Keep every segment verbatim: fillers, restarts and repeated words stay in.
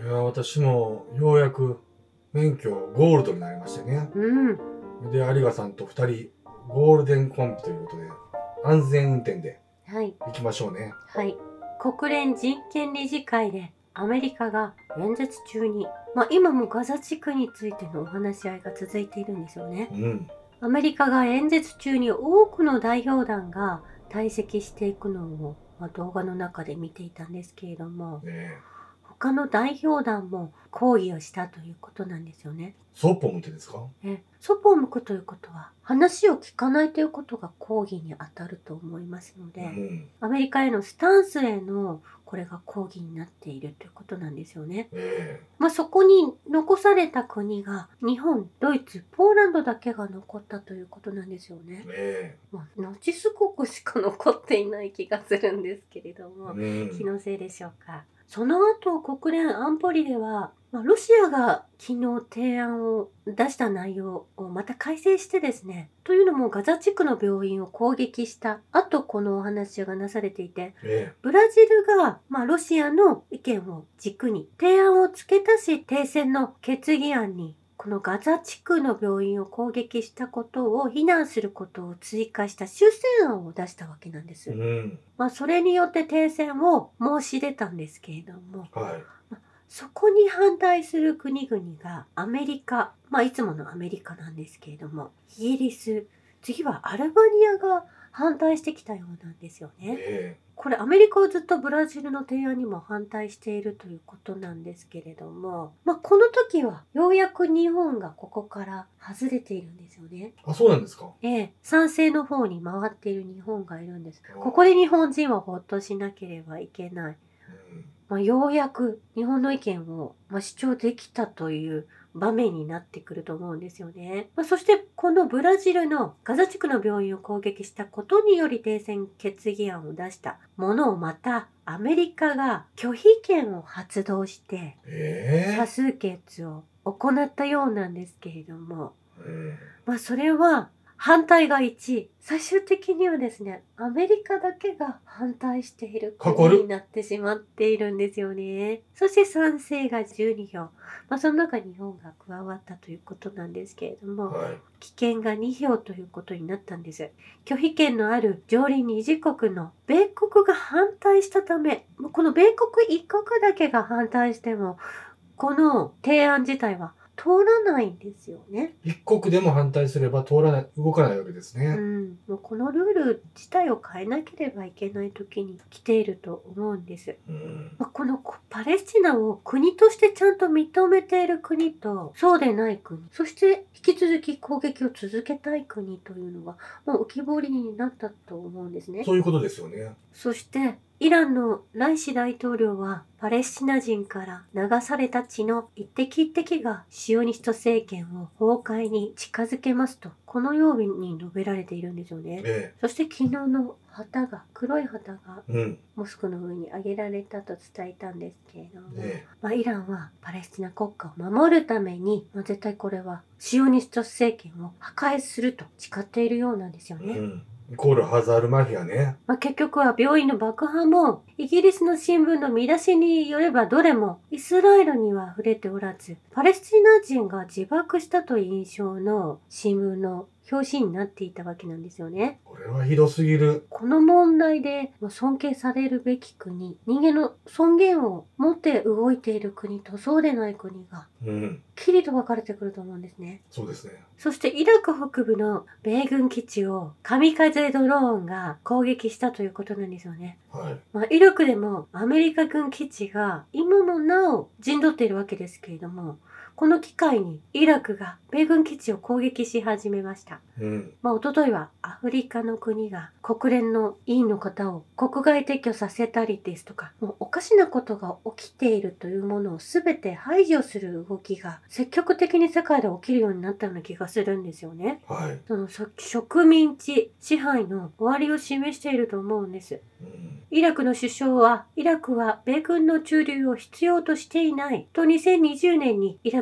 や、私もようやく免許ゴールドになりましてね。 うん。 で、有賀さんとふたりゴールデンコンビということで、安全運転ではい。 行きましょうね。 はい。国連人権理事会でアメリカが演説中に、まあ今もガザ地区についてのお話し合いが続いているんですよね。 うん。 アメリカが演説中に多くの代表団が退席していくのを、まあ、動画の中で見ていたんですけれども、 ね他の代表団も抗議をしたということなんですよね。 そっぽ向いてですか？ え、そっぽを向くということは、話を聞かないということが抗議に当たると思いますのうで、 ん。 アメリカへのスタンスへのこれが抗議になっているということなんですよね。 えまあそこに残された国が日本、ドイツ、ポーランドだけが残ったということなんですよね。 ええまあ、ナチス国しか残っていない気がするんですけれども、 えうん。 気のせいでしょうか。その後、国連安保理では、まあ、ロシアが昨日提案を出した内容をまた改正してですね、というのもガザ地区の病院を攻撃した後、このお話がなされていて、 えブラジルが、まあ、ロシアの意見を軸に提案を付け足し停戦の決議案にこのガザ地区の病院を攻撃したことを非難することを追加した修正案を出したわけなんでえす。 うん。 まあそれによって停戦を申し出たんですけれども、 はい。 そこに反対する国々がアメリカ、まあいつものアメリカなんですけれども、イギリス、次はアルバニアが反対してきたようなんですよね。 えこれアメリカはずっとブラジルの提案にも反対しているということなんですけれども、まあこの時はようやく日本がここから外れているんですよね。 えあ、そうなんですか？ ええ、賛成の方に回っている日本がいるんです。 あここで日本人はほっとしなければいけない。 うん。 まあ、ようやく日本の意見を、まあ、主張できたという場面になってくると思うんですよね。まあ、そしてこのブラジルのガザ地区の病院を攻撃したことにより停戦決議案を出したものをまたアメリカが拒否権を発動してえ多数決を行ったようなんですけれども、 えまあそれは反対がいち、最終的にはですね、アメリカだけが反対しているかっこ悪い国になってしまっているんですよね。そして賛成がじゅうにひょう。まあその中に日本が加わったということなんですけれども、 はい。 棄権がにひょうということになったんです。拒否権のある常任理事国の米国が反対したため、もうこの米国一国だけが反対しても、この提案自体は通らないんですよね。 一国でも反対すれば通らない、動かないわけですうね。 ん、もうこのルール自体を変えなければいけない時に来ていると思うんです。 うん。 まあこのパレスチナを国としてちゃんと認めている国とそうでない国、そして引き続き攻撃を続けたい国というのがもう浮き彫りになったと思うんですね。 そういうことですよね。 そしてイランのライシ大統領はパレスチナ人から流された血の一滴一滴がシオニスト政権を崩壊に近づけますとこのように述べられているんですよね。 えそして昨日の旗が黒い旗がえうん。 モスクの上に上げられたと伝えたんですけれども、 えまあ、イランはパレスチナ国家を守るために、まあ、絶対これはシオニスト政権を破壊すると誓っているようなんですよね。 えうん。イコールハザールマフィアね。 まあ、結局は病院の爆破もイギリスの新聞の見出しによればどれもイスラエルには触れておらずパレスチナ人が自爆したという印象の新聞の表紙になっていたわけなんですよね。 これはひどすぎる。 この問題で尊敬されるべき国、人間の尊厳を持って動いている国とそうでない国がうん。 きりと分かれてくると思うんですね。 そうですね。 そしてイラク北部の米軍基地を神風ドローンが攻撃したということなんですよね。 はい。 まあ、イラクでもアメリカ軍基地が今もなお陣取っているわけですけれども、この機会にイラクが米軍基地を攻撃し始めました。 うん。 まあ、一昨日はアフリカの国が国連の委員の方を国外撤去させたりですとか、もうおかしなことが起きているというものを全て排除する動きが積極的に世界で起きるようになったような気がするんですよね。 はい。 その植民地支配の終わりを示していると思うんです。 うん。 イラクの首相は、イラクは米軍の駐留を必要としていないとにせんにじゅうねんにイラク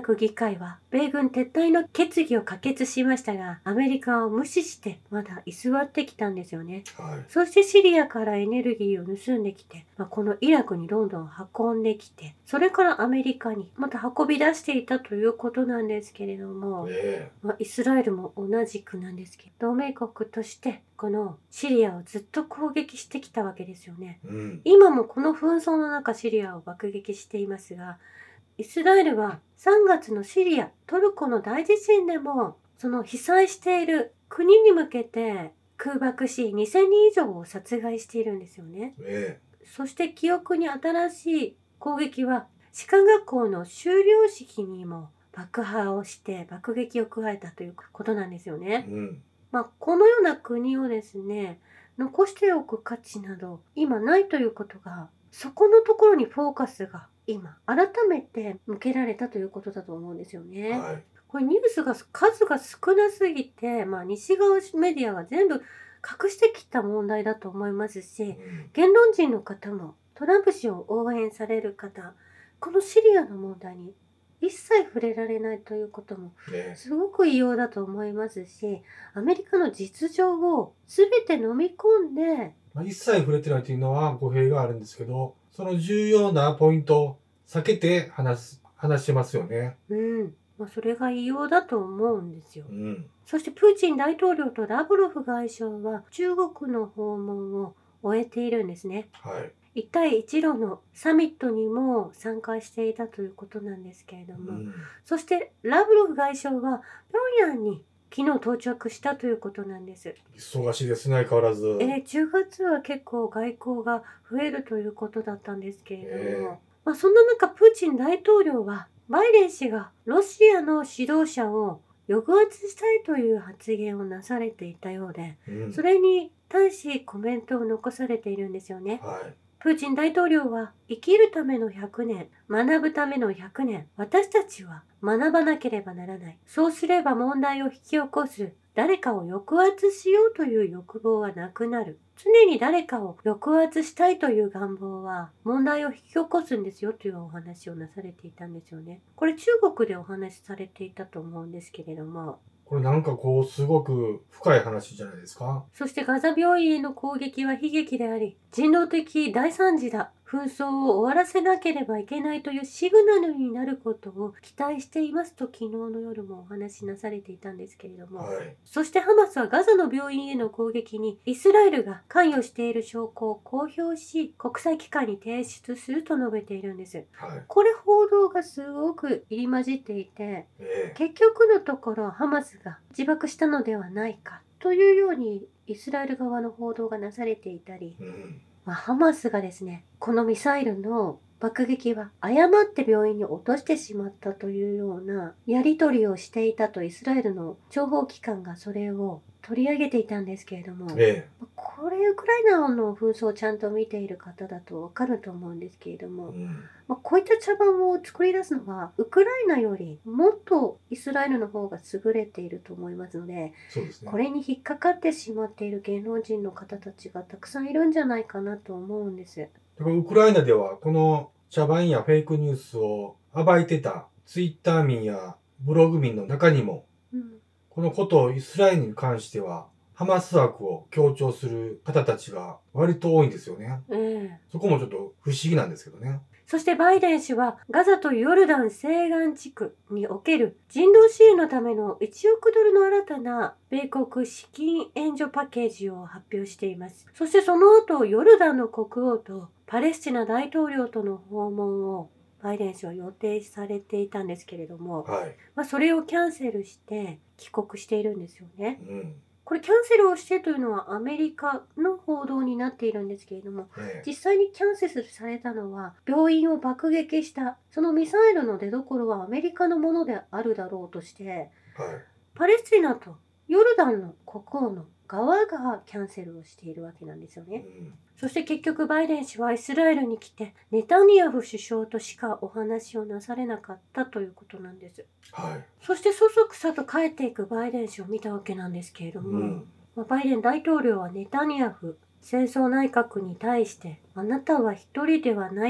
く議会は米軍撤退の決議を可決しましたが、アメリカを無視してまだ居座ってきたんですよね。 はい。 そしてシリアからエネルギーを盗んできて、まあ、このイラクにどんどん運んできて、それからアメリカにまた運び出していたということなんですけれども、 えまあ、イスラエルも同じくなんですけど、同盟国としてこのシリアをずっと攻撃してきたわけですよね。 えうん。 今もこの紛争の中シリアを爆撃していますが、イスラエルはさんがつのシリア、トルコの大地震でもその被災している国に向けて空爆しにせんにん以上を殺害しているんですよね。 えそして記憶に新しい攻撃は士官学校の修了式にも爆破をして爆撃を加えたということなんですよえね。 うん。 まあ、このような国をですね、残しておく価値など今ないということが、そこのところにフォーカスが今改めて向けられたということだと思うんですよね。 はい。 これニュースが数が少なすぎて、まあ、西側メディアが全部隠してきた問題だと思いますし、 うん。 言論人の方もトランプ氏を応援される方、このシリアの問題に一切触れられないということもええすごく異様だと思いますし、アメリカの実情を全て飲み込んで、 まあ、一切触れてないというのは語弊があるんですけど、その重要なポイントを避けて話す、話してますよね。 うん、まあ、それが異様だと思うんですよ。 うん。 そしてプーチン大統領とラブロフ外相は中国の訪問を終えているんですね。 はい。 一帯一路のサミットにも参加していたということなんですけれども、 うん。 そしてラブロフ外相は平壌に昨日到着したということなんです。 忙しいですね、相変わらず。 えー、じゅうがつは結構外交が増えるということだったんですけれども、 えまあ、そんな中プーチン大統領はバイデン氏がロシアの指導者を抑圧したいという発言をなされていたようで、 うん。 それに対しコメントを残されているんですよね。 はい。 プーチン大統領は生きるためのひゃくねん、学ぶためのひゃくねん、私たちは学ばなければならない。そうすれば問題を引き起こす誰かを抑圧しようという欲望はなくなる。常に誰かを抑圧したいという願望は問題を引き起こすんですよというお話をなされていたんですよね。これ中国でお話しされていたと思うんですけれども、 これなんかこう、すごく深い話じゃないですか。 そしてガザ病院への攻撃は悲劇であり、人道的大惨事だ。紛争を終わらせなければいけないというシグナルになることを期待していますと昨日の夜もお話しなされていたんですけれども、 はい。 そしてハマスはガザの病院への攻撃にイスラエルが関与している証拠を公表し、国際機関に提出すると述べているんです。 はい。 これ報道がすごく入り混じっていて、 ええ結局のところハマスが自爆したのではないかというようにイスラエル側の報道がなされていたり、 うん。 まあ、ハマスがですね、このミサイルの爆撃は誤って病院に落としてしまったというようなやり取りをしていたとイスラエルの諜報機関がそれを取り上げていたんですけれども、 ええこれウクライナの紛争をちゃんと見ている方だとわかると思うんですけれども、 うん。 まあ、こういった茶番を作り出すのはウクライナよりもっとイスラエルの方が優れていると思いますので、 そうですね。 これに引っかかってしまっている芸能人の方たちがたくさんいるんじゃないかなと思うんです。 だからウクライナではこの茶番やフェイクニュースを暴いてたツイッター民やブログ民の中にも、 うんこのことをイスラエルに関してはハマス枠を強調する方たちが割と多いんですよね。 ええ、 そこもちょっと不思議なんですけどね。 そしてバイデン氏はガザとヨルダン西岸地区における人道支援のためのいちおくドルの新たな米国資金援助パッケージを発表しています。そしてその後ヨルダンの国王とパレスチナ大統領との訪問をバイデン氏は予定されていたんですけれども、 はい。 まあ、それをキャンセルして帰国しているんですよね。 うん。 これキャンセルをしてというのはアメリカの報道になっているんですけれども、 ええ実際にキャンセルされたのは病院を爆撃したそのミサイルの出所はアメリカのものであるだろうとして、 はい。 パレスチナとヨルダンの国王の側がキャンセルをしているわけなんですよね。 うん。 そして結局バイデン氏はイスラエルに来てネタニヤフ首相としかお話をなされなかったということなんです。 はい。 そしてそそくさと帰っていくバイデン氏を見たわけなんですけれども、 うん。 まあバイデン大統領はネタニヤフ戦争内閣に対してあなたは一人ではないと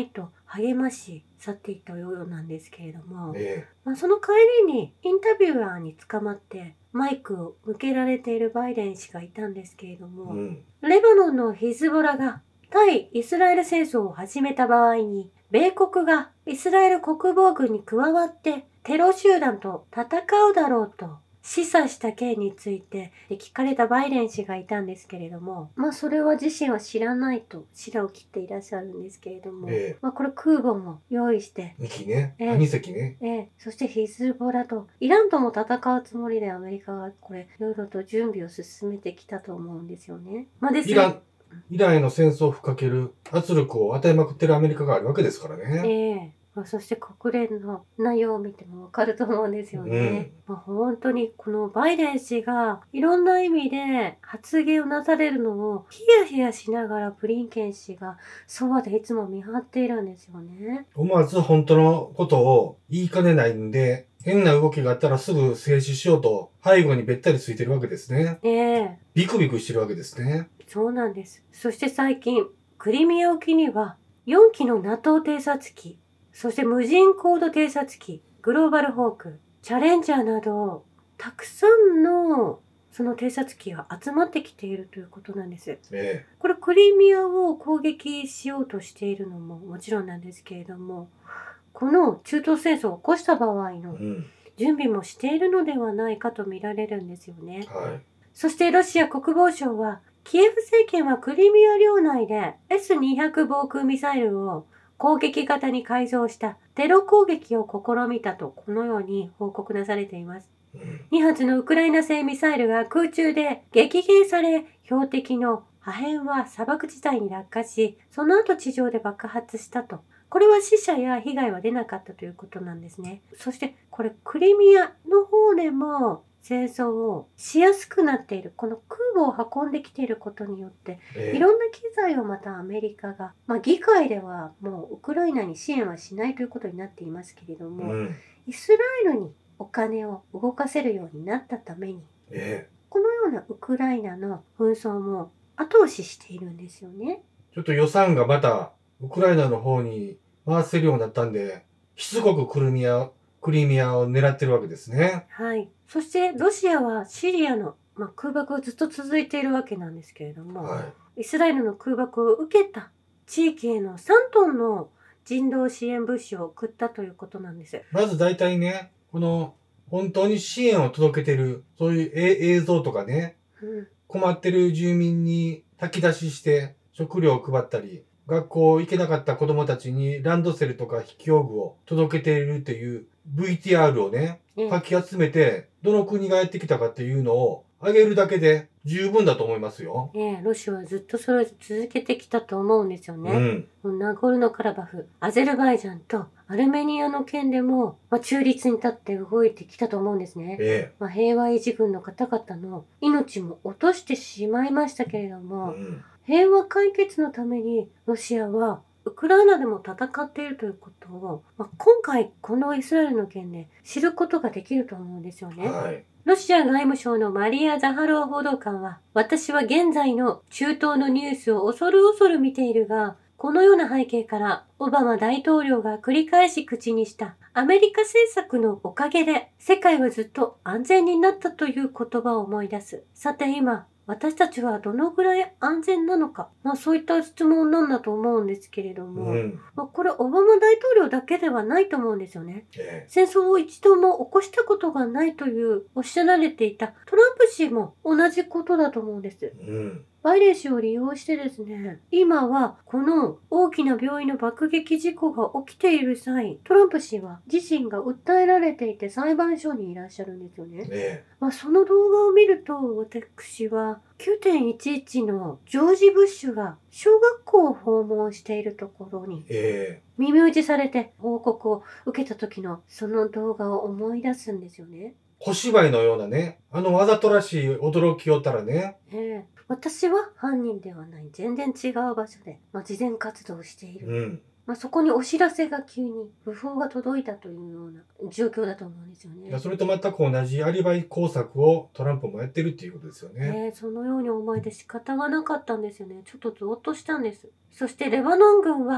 励まし去っていったようなんですけれども、 えまあ、その帰りにインタビュアーに捕まってマイクを向けられているバイデン氏がいたんですけれどえ、 も、 うん。 レバノンのヒズボラが対イスラエル戦争を始めた場合に、米国がイスラエル国防軍に加わってテロ集団と戦うだろうと示唆した件について聞かれたバイデン氏がいたんですけれども、まあそれは自身は知らないと白を切っていらっしゃるんですけれども、 ええ、 まあこれ空母も用意して、 にきね。 ええあ、にせきね。 ええ、そしてヒズボラとイランとも戦うつもりでアメリカがこれいろいろと準備を進めてきたと思うんですよね。まあですイラン、イランへの戦争を吹っかける圧力を与えまくってるアメリカがあるわけですからね。 ええ、まあ、そして国連の内容を見てもわかると思うんですよね。まあ、本当にこのバイデン氏がいろんな意味で発言をなされるのをヒヤヒヤしながらブリンケン氏がそばでいつも見張っているんですよね。 思わず本当のことを言いかねないんで、変な動きがあったらすぐ静止しようと背後にべったりついてるわけですね。 ええ、 ビクビクしてるわけですね。 そうなんです。そして最近、クリミア沖にはよんきの ナトー 偵察機、そして無人高度偵察機、グローバルホーク、チャレンジャーなど、たくさんのその偵察機が集まってきているということなんです。 えこれクリミアを攻撃しようとしているのももちろんなんですけれども、この中東戦争を起こした場合え、 のうん。 準備もしているのではないかと見られるんですよね。 はい。 そしてロシア国防省は、キエフ政権はクリミア領内で エスにひゃく 防空ミサイルを攻撃型に改造したテロ攻撃を試みたとこのように報告なされています。 うんに発のウクライナ製ミサイルが空中で撃撃され、標的の破片は砂漠地帯に落下し、その後地上で爆発したと。これは死者や被害は出なかったということなんですね。そしてこれクリミアの方でも戦争をしやすくなっている。この空母を運んできていることによって、 ええ、 いろんな機材をまたアメリカが、まあ議会ではもうウクライナに支援はしないということになっていますけれども、 うん。 イスラエルにお金を動かせるようになったために、 ええ。 このようなウクライナの紛争も後押ししているんですよね。 ちょっと予算がまたウクライナの方に回せるようになったんで、しつこくクリミア、クリミアを狙ってるわけですね。 はい。そしてロシアはシリアの、まあ、空爆がずっと続いているわけなんですけれども、 はイスラエルの空爆を受けた地域へのさんトンの人道支援物資を送ったということなんです。 い。まず大体ね、この本当に支援を届けてる、そういうえ映像とかね、 うん、 困ってる住民に炊き出しして食料を配ったり、学校行けなかった子供たちにランドセルとか筆記用具を届けているっていう ブイティーアール をね、 えかき集めて、どの国がやってきたかっていうのを上げるだけで十分だと思いますよ。 えええロシアはずっとそれを続けてきたと思うんですようね。 ん。 ナゴルノカラバフ、アゼルバイジャンとアルメニアの件でも、まあ、中立に立って動いてきたと思うんですね。 えまあ、平和維持軍の方々の命も落としてしまいましたけれどえ。うも、 ん。 平和解決のためにロシアはウクライナでも戦っているということを、まあ、今回このイスラエルの件で知ることができると思うんですよね。 はい。 ロシア外務省のマリア・ザハロワ報道官は、私は現在の中東のニュースを恐る恐る見ているが、このような背景からオバマ大統領が繰り返し口にしたアメリカ政策のおかげで世界はずっと安全になったという言葉を思い出す。さて今、私たちはどのぐらい安全なのか、まあそういった質問なんだと思うんですけれども、 うん。 まあ、これオバマ大統領だけではないと思うんですよね。 ええ。 戦争を一度も起こしたことがないというおっしゃられていたトランプ氏も同じことだと思うんです。 うん。 バイデン氏を利用してですね、今はこの大きな病院の爆撃事故が起きている際、トランプ氏は自身が訴えられていて裁判所にいらっしゃるんですよね。 えまあ、その動画を見ると私は きゅうてんいちいち のジョージ・ブッシュが小学校を訪問しているところにえ。え耳打ちされて報告を受けた時のその動画を思い出すんですよね。 え。小芝居のようなね、あのわざとらしい驚きをったらね、 ええ、私は犯人ではない。全然違う場所で、まあ、慈善活動をしている。 うん。 まあ、そこにお知らせが急に訃報が届いたというような状況だと思うんですよね。 いやそれと全く同じアリバイ工作をトランプもやってるっていうことですよね。 ねえ、そのように思えて仕方がなかったんですよね。ちょっとゾーッとしたんです。そしてレバノン軍は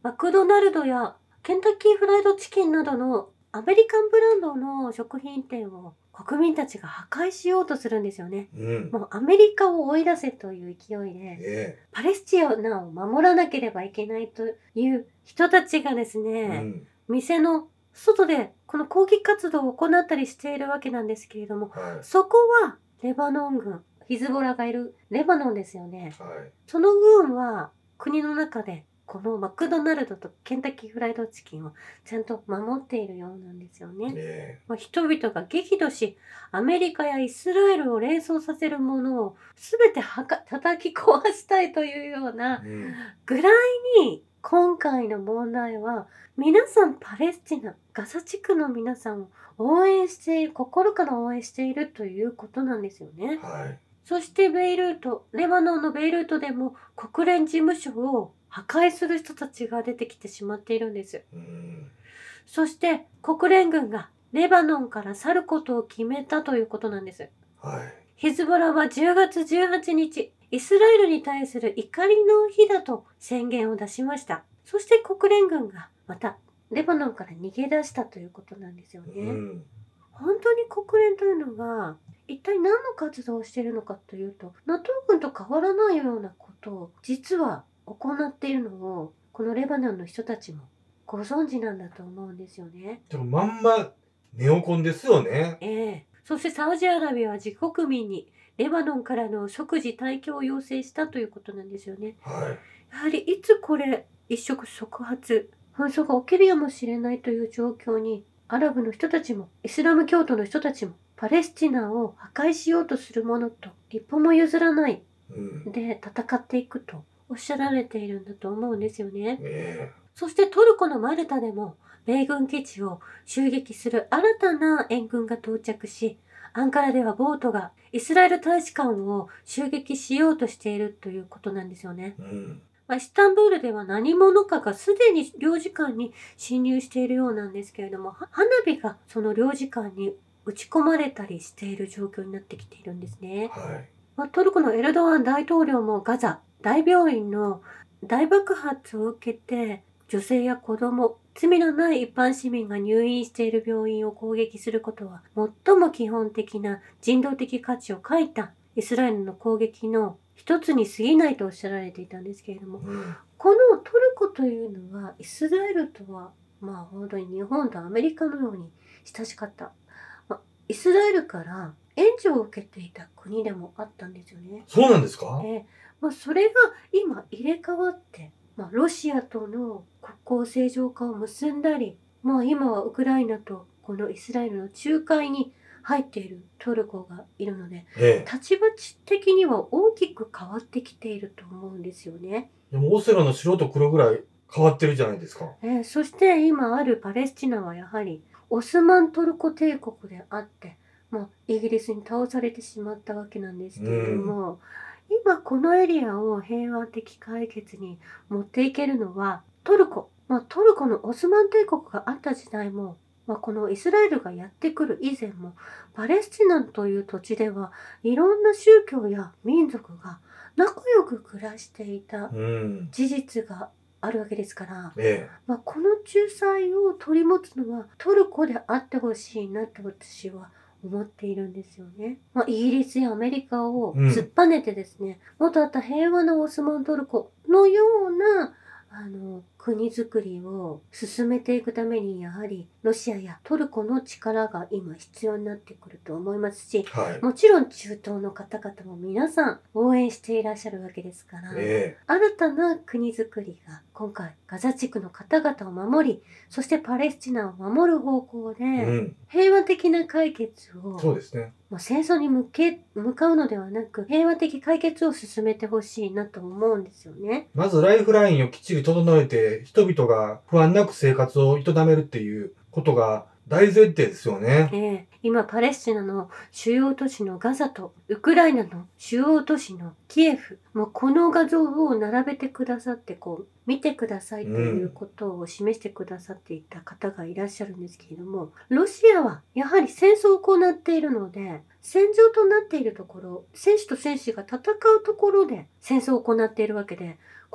マクドナルドやケンタッキーフライドチキンなどのアメリカンブランドの食品店を国民たちが破壊しようとするんですよね。 うん。 もうアメリカを追い出せという勢いで、 えパレスチナを守らなければいけないという人たちがですえ。 ね、 うん。 店の外でこの抗議活動を行ったりしているわけなんですけれども、 はい。 そこはレバノン軍、ヒズボラがいるレバノンですよね。 はい。 その軍は国の中でこのマクドナルドとケンタッキーフライドチキンをちゃんと守っているようなんですよね。 えまあ、人々が激怒し、アメリカやイスラエルを連想させるものを全てはか叩き壊したいというようなえ。うん。 ぐらいに、今回の問題は皆さんパレスチナ、ガザ地区の皆さんを応援している、心から応援しているということなんですよね。 はい。 そしてベイルート、レバノンのベイルートでも国連事務所を破壊する人たちが出てきてしまっているんです。 うん。 そして国連軍がレバノンから去ることを決めたということなんです。 はい。 ヒズボラはじゅうがつじゅうはちにち、イスラエルに対する怒りの日だと宣言を出しました。そして国連軍がまたレバノンから逃げ出したということなんですよね。 うん。 本当に国連というのが一体何の活動をしているのかというと、ナトー 軍と変わらないようなことを実は行っているのをこのレバノンの人たちもご存知なんだと思うんですよね。 でもまんまネオコンですよね。 ええ。そしてサウジアラビアは自国民にレバノンからの即時退去を要請したということなんですよね。 はい。 やはりいつこれ一触即発、紛争が起きるやもしれないという状況に、アラブの人たちもイスラム教徒の人たちもパレスチナを破壊しようとする者と一歩も譲らないうん。 で戦っていくとおっしゃられているんだと思うんですよね。 えそしてトルコのマルタでも米軍基地を襲撃する新たな援軍が到着し、アンカラではボートがイスラエル大使館を襲撃しようとしているということなんですよね。 え。うん。 まあ、イスタンブールでは何者かがすでに領事館に侵入しているようなんですけれども、は花火がその領事館に撃ち込まれたりしている状況になってきているんですね。 はい。 まあ、トルコのエルドアン大統領もガザ大病院の大爆発を受けて、女性や子供、罪のない一般市民が入院している病院を攻撃することは最も基本的な人道的価値を欠いたイスラエルの攻撃の一つに過ぎないとおっしゃられていたんですけれども、 うん。 このトルコというのはイスラエルとはまあ本当に日本とアメリカのように親しかった、まあ、イスラエルから援助を受けていた国でもあったんですよね。 そうなんですか？ えーまあ、それが今入れ替わって、まあ、ロシアとの国交正常化を結んだり、まあ、今はウクライナとこのイスラエルの仲介に入っているトルコがいるので、 ええ。 立場的には大きく変わってきていると思うんですよね。 でもオセロの白と黒ぐらい変わってるじゃないですか。 えーそして今あるパレスチナはやはりオスマントルコ帝国であって、まあ、イギリスに倒されてしまったわけなんですけれども、今このエリアを平和的解決に持っていけるのはトルコ。まあ、トルコのオスマン帝国があった時代も、まあ、このイスラエルがやってくる以前も、パレスチナという土地ではいろんな宗教や民族が仲良く暮らしていたうん。 事実があるわけですから、 えまあ、この仲裁を取り持つのはトルコであってほしいなと私は思っているんですよね。まあ、イギリスやアメリカを突っぱねてですね、元あった平和なオスマントルコのようなあの国づくりを進めていくために、やはりロシアやトルコの力が今必要になってくると思いますし、 え。はい。 もちろん中東の方々も皆さん応援していらっしゃるわけですから、 え新たな国づくりが今回ガザ地区の方々を守り、そしてパレスチナを守る方向で、 え。うん。 平和的な解決を、 そうですね。 まあ、戦争に向け向かうのではなく、平和的解決を進めてほしいなと思うんですよね。 まずライフラインをきっちり整えて、人々が不安なく生活を営めるっていうことが大前提ですよね。 ええ、今パレスチナの主要都市のガザとウクライナの主要都市のキエフ、もうこの画像を並べてくださって、こう見てくださいということを示してくださっていた方がいらっしゃるんですけれども、ロシアはやはり戦争を行っているので、戦場となっているところ、戦士と戦士が戦うところで戦争を行っているわけで、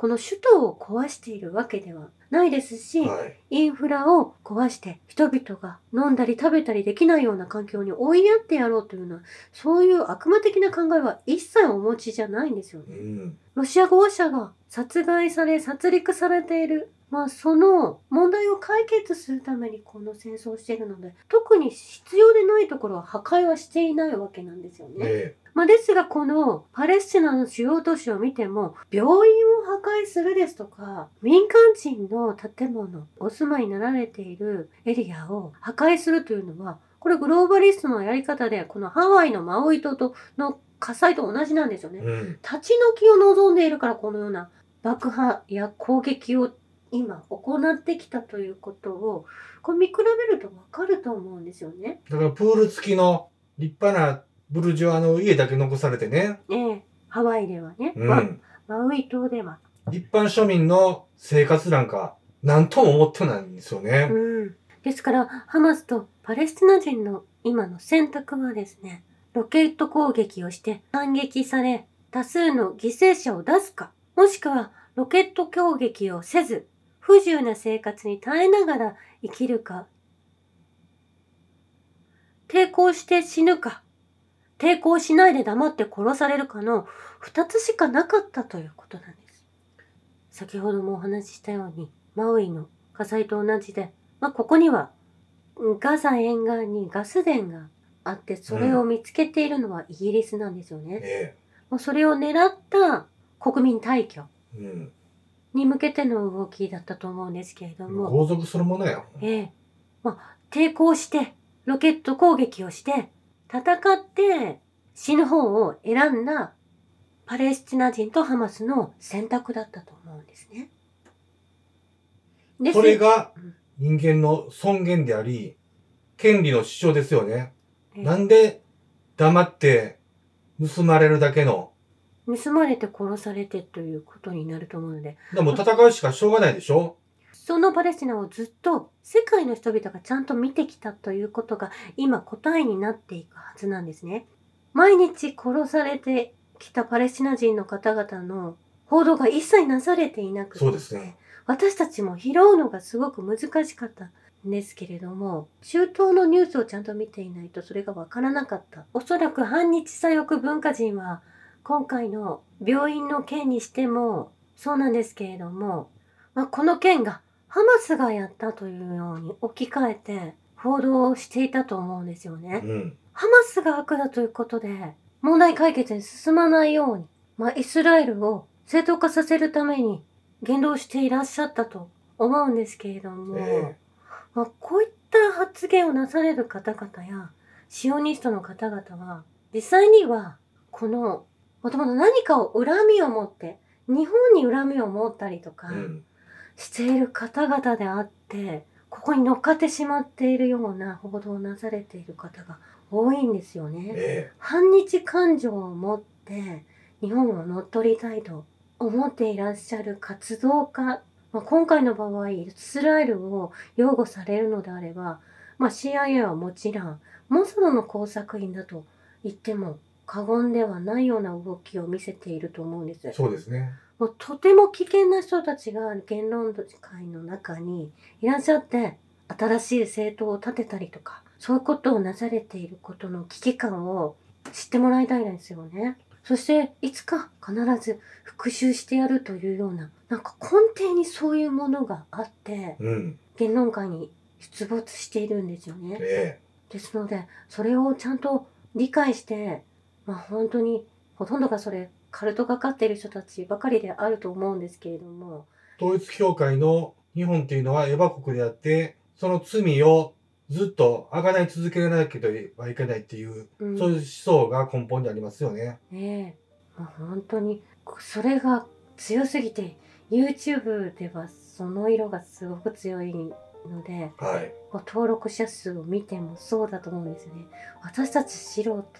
この首都を壊しているわけではないですし、 はい。 インフラを壊して人々が飲んだり食べたりできないような環境に追いやってやろうというのは、そういう悪魔的な考えは一切お持ちじゃないんですよね。 うん。 ロシア語話者が殺害され殺戮されている。まあその問題を解決するためにこの戦争をしているので、特に必要でないところは破壊はしていないわけなんですよね。 えまあ、ですがこのパレスチナの主要都市を見ても、病院を破壊するですとか、民間人の建物、お住まいになられているエリアを破壊するというのは、これグローバリストのやり方で、このハワイのマウイ島との火災と同じなんですよね。 うん。 立ち退きを望んでいるから、このような爆破や攻撃を今行ってきたということを、これ見比べるとわかると思うんですよね。 だからプール付きの立派なブルジョアの家だけ残されてね。 ええ、ハワイではね、 うまん。 マウイ島では。 一般庶民の生活なんか、なんとも思ってないんですよね。 うん。ですから、ハマスとパレスチナ人の今の選択はですね、ロケット攻撃をして反撃され、多数の犠牲者を出すか、もしくはロケット攻撃をせず、不自由な生活に耐えながら生きるか、抵抗して死ぬか、抵抗しないで黙って殺されるかの二つしかなかったということなんです。先ほどもお話ししたように、マウイの火災と同じで、まあ、ここにはガザ沿岸にガス田があって、それを見つけているのはイギリスなんですよね。 えもうそれを狙った国民退去え。うん。 に向けての動きだったと思うんですけれども、 豪族そのものや。 ええ、まあ、抵抗して、ロケット攻撃をして、戦って死ぬ方を選んだパレスチナ人とハマスの選択だったと思うんですね。ですそれがうん人間の尊厳であり、権利の主張ですよね。 ええなんで黙って盗まれるだけの。 盗まれて殺されてということになると思うので、 でも戦うしかしょうがないでしょ。 そのパレスチナをずっと世界の人々がちゃんと見てきたということが今答えになっていくはずなんですね。毎日殺されてきたパレスチナ人の方々の報道が一切なされていなくて、 そうですね。 私たちも拾うのがすごく難しかったんですけれども、中東のニュースをちゃんと見ていないとそれがわからなかった。おそらく反日左翼文化人は今回の病院の件にしてもそうなんですけれども、まあ、この件がハマスがやったというように置き換えて報道をしていたと思うんですようね。 ん。 ハマスが悪だということで問題解決に進まないように、まあ、イスラエルを正当化させるために言動していらっしゃったと思うんですけれども、 えまあ、こういった発言をなされる方々やシオニストの方々は実際にはこのもともと何かを恨みを持って日本に恨みを持ったりとかえ。うん。 している方々であって、ここに乗っかってしまっているような報道をなされている方が多いんですよね。 え反日感情を持って日本を乗っ取りたいと思っていらっしゃる活動家、まあ、今回の場合イスラエルを擁護されるのであれば、まあ、シーアイエー はもちろんモサドの工作員だと言っても過言ではないような動きを見せていると思うんです。 え。そうですね。 もうとても危険な人たちが言論会の中にいらっしゃって、新しい政党を立てたりとか、そういうことをなされていることの危機感を知ってもらいたいんですよね。そしていつか必ず復讐してやるというような、なんか根底にそういうものがあって、 うん。 言論会に出没しているんですよね。 えですので、それをちゃんと理解して、まあ本当にほとんどがそれ、カルトがかっている人たちばかりであると思うんですけれども、 え。統一教会の日本っていうのはエヴァ国であって、その罪をずっと贖い続けなければいけないっていう、 うん、 そういう思想が根本にありますよね。 ねえ、もう本当にそれが強すぎて、YouTube ではその色がすごく強いので、 はい。 登録者数を見てもそうだと思うんですよね。私たち素人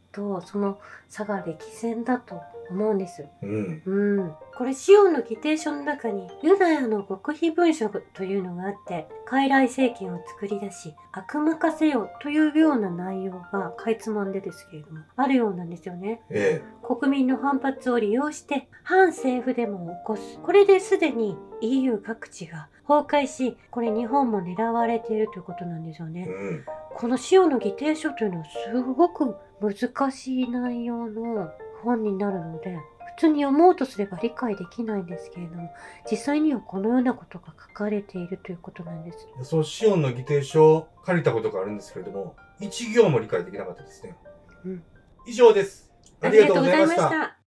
とその差が歴然だと思うんです。 うん。 うん、これシオンの議定書の中にユダヤの極秘文書というのがあって、傀儡政権を作り出し悪魔化せよというような内容がかいつまんでですけれどもあるようなんですよね。 え国民の反発を利用して反政府デモを起こす。これですでに イーユー 各地が崩壊し、これ日本も狙われているということなんですよえ。 ね。 うん。 このシオンの議定書というのはすごく難しい内容の本になるので、普通に読もうとすれば理解できないんですけれども、実際にはこのようなことが書かれているということなんです。 そう、シオンの議定書を借りたことがあるんですけれども、一行も理解できなかったですね。 うん、 以上です。ありがとうございました。 た。